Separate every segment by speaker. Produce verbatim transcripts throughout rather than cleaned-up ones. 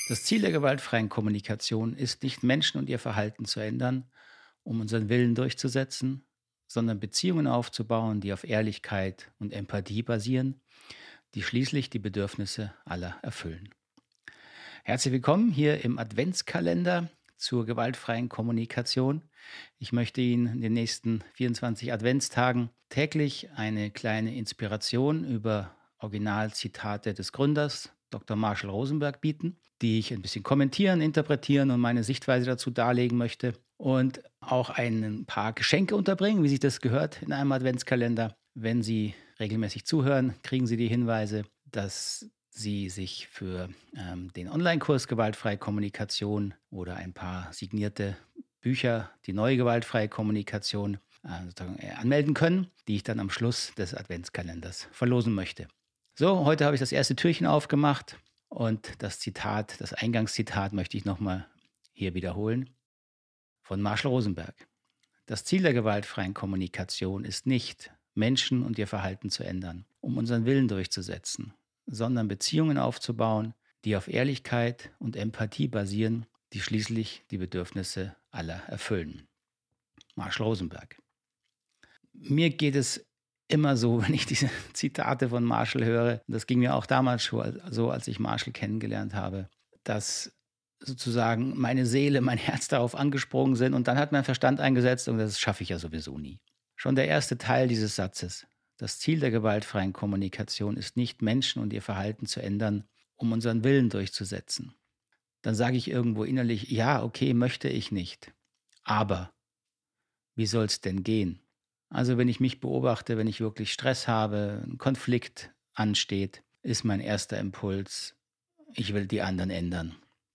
Speaker 1: Das Ziel der gewaltfreien Kommunikation ist nicht, Menschen und ihr Verhalten zu ändern, um unseren Willen durchzusetzen, sondern Beziehungen aufzubauen, die auf Ehrlichkeit und Empathie basieren, die schließlich die Bedürfnisse aller erfüllen. Herzlich willkommen hier im Adventskalender zur gewaltfreien Kommunikation. Ich möchte Ihnen in den nächsten vierundzwanzig Adventstagen täglich eine kleine Inspiration über Originalzitate des Gründers, Doktor Marshall Rosenberg, bieten, die ich ein bisschen kommentieren, interpretieren und meine Sichtweise dazu darlegen möchte. Und auch ein paar Geschenke unterbringen, wie sich das gehört in einem Adventskalender. Wenn Sie regelmäßig zuhören, kriegen Sie die Hinweise, dass Sie sich für ähm, den Online-Kurs Gewaltfreie Kommunikation oder ein paar signierte Bücher, die neue gewaltfreie Kommunikation, äh, sozusagen, äh, anmelden können, die ich dann am Schluss des Adventskalenders verlosen möchte. So, heute habe ich das erste Türchen aufgemacht und das Zitat, das Eingangszitat möchte ich nochmal hier wiederholen von Marshall Rosenberg. Das Ziel der gewaltfreien Kommunikation ist nicht, Menschen und ihr Verhalten zu ändern, um unseren Willen durchzusetzen, sondern Beziehungen aufzubauen, die auf Ehrlichkeit und Empathie basieren, die schließlich die Bedürfnisse aller erfüllen. Marshall Rosenberg. Mir geht es immer so, wenn ich diese Zitate von Marshall höre, und das ging mir auch damals schon so, als ich Marshall kennengelernt habe, dass sozusagen meine Seele, mein Herz darauf angesprungen sind und dann hat mein Verstand eingesetzt und das schaffe ich ja sowieso nie. Schon der erste Teil dieses Satzes: Das Ziel der gewaltfreien Kommunikation ist nicht, Menschen und ihr Verhalten zu ändern, um unseren Willen durchzusetzen. Dann sage ich irgendwo innerlich, ja, okay, möchte ich nicht. Aber wie soll es denn gehen? Also wenn ich mich beobachte, wenn ich wirklich Stress habe, ein Konflikt ansteht, ist mein erster Impuls, ich will die anderen ändern.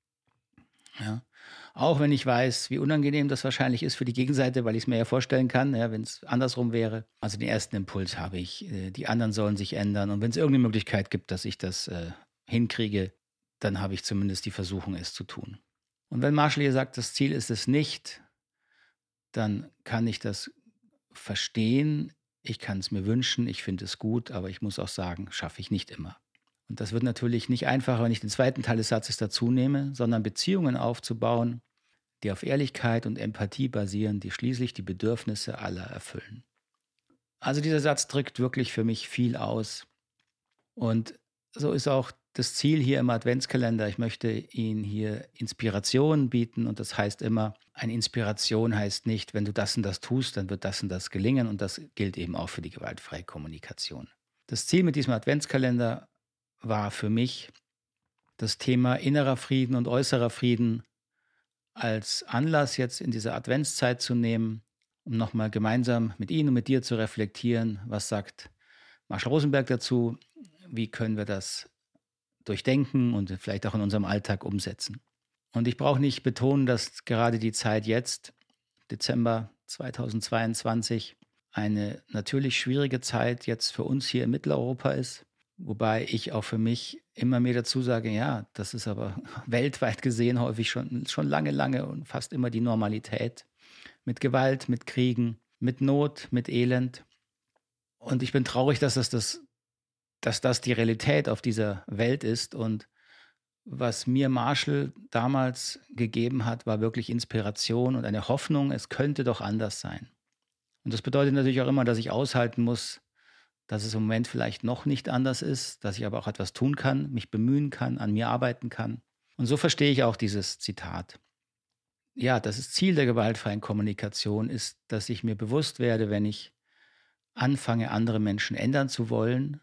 Speaker 1: Ja. Auch wenn ich weiß, wie unangenehm das wahrscheinlich ist für die Gegenseite, weil ich es mir ja vorstellen kann, ja, wenn es andersrum wäre. Also den ersten Impuls habe ich, äh, die anderen sollen sich ändern. Und wenn es irgendeine Möglichkeit gibt, dass ich das äh, hinkriege, dann habe ich zumindest die Versuchung, es zu tun. Und wenn Marshall hier sagt, das Ziel ist es nicht, dann kann ich das verstehen. Ich kann es mir wünschen, ich finde es gut, aber ich muss auch sagen, schaffe ich nicht immer. Und das wird natürlich nicht einfacher, wenn ich den zweiten Teil des Satzes dazu nehme, sondern Beziehungen aufzubauen, die auf Ehrlichkeit und Empathie basieren, die schließlich die Bedürfnisse aller erfüllen. Also dieser Satz drückt wirklich für mich viel aus. Und so ist auch das Ziel hier im Adventskalender. Ich möchte Ihnen hier Inspiration bieten und das heißt immer, eine Inspiration heißt nicht, wenn du das und das tust, dann wird das und das gelingen und das gilt eben auch für die gewaltfreie Kommunikation. Das Ziel mit diesem Adventskalender war für mich, das Thema innerer Frieden und äußerer Frieden als Anlass jetzt in dieser Adventszeit zu nehmen, um nochmal gemeinsam mit Ihnen und mit dir zu reflektieren, was sagt Marshall Rosenberg dazu, wie können wir das durchdenken und vielleicht auch in unserem Alltag umsetzen. Und ich brauche nicht betonen, dass gerade die Zeit jetzt, Dezember zweitausendzweiundzwanzig, eine natürlich schwierige Zeit jetzt für uns hier in Mitteleuropa ist. Wobei ich auch für mich immer mehr dazu sage, ja, das ist aber weltweit gesehen häufig schon, schon lange, lange und fast immer die Normalität. Mit Gewalt, mit Kriegen, mit Not, mit Elend. Und ich bin traurig, dass das, das, dass das die Realität auf dieser Welt ist. Und was mir Marshall damals gegeben hat, war wirklich Inspiration und eine Hoffnung, es könnte doch anders sein. Und das bedeutet natürlich auch immer, dass ich aushalten muss, dass es im Moment vielleicht noch nicht anders ist, dass ich aber auch etwas tun kann, mich bemühen kann, an mir arbeiten kann. Und so verstehe ich auch dieses Zitat. Ja, das Ziel der gewaltfreien Kommunikation ist, dass ich mir bewusst werde, wenn ich anfange, andere Menschen ändern zu wollen,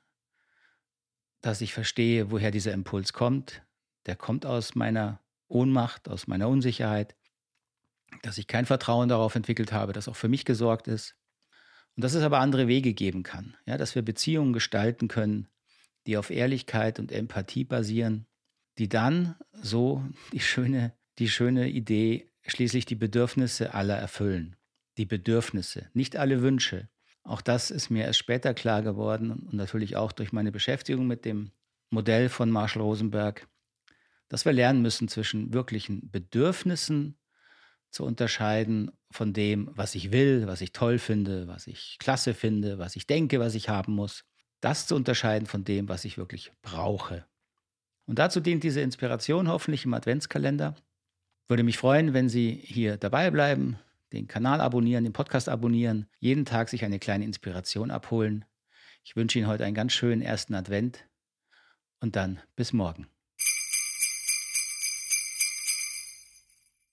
Speaker 1: dass ich verstehe, woher dieser Impuls kommt. Der kommt aus meiner Ohnmacht, aus meiner Unsicherheit, dass ich kein Vertrauen darauf entwickelt habe, dass auch für mich gesorgt ist. Und dass es aber andere Wege geben kann, ja, dass wir Beziehungen gestalten können, die auf Ehrlichkeit und Empathie basieren, die dann so die schöne, die schöne Idee schließlich die Bedürfnisse aller erfüllen. Die Bedürfnisse, nicht alle Wünsche. Auch das ist mir erst später klar geworden und natürlich auch durch meine Beschäftigung mit dem Modell von Marshall Rosenberg, dass wir lernen müssen, zwischen wirklichen Bedürfnissen zu unterscheiden von dem, was ich will, was ich toll finde, was ich klasse finde, was ich denke, was ich haben muss. Das zu unterscheiden von dem, was ich wirklich brauche. Und dazu dient diese Inspiration hoffentlich im Adventskalender. Würde mich freuen, wenn Sie hier dabei bleiben, den Kanal abonnieren, den Podcast abonnieren, jeden Tag sich eine kleine Inspiration abholen. Ich wünsche Ihnen heute einen ganz schönen ersten Advent und dann bis morgen.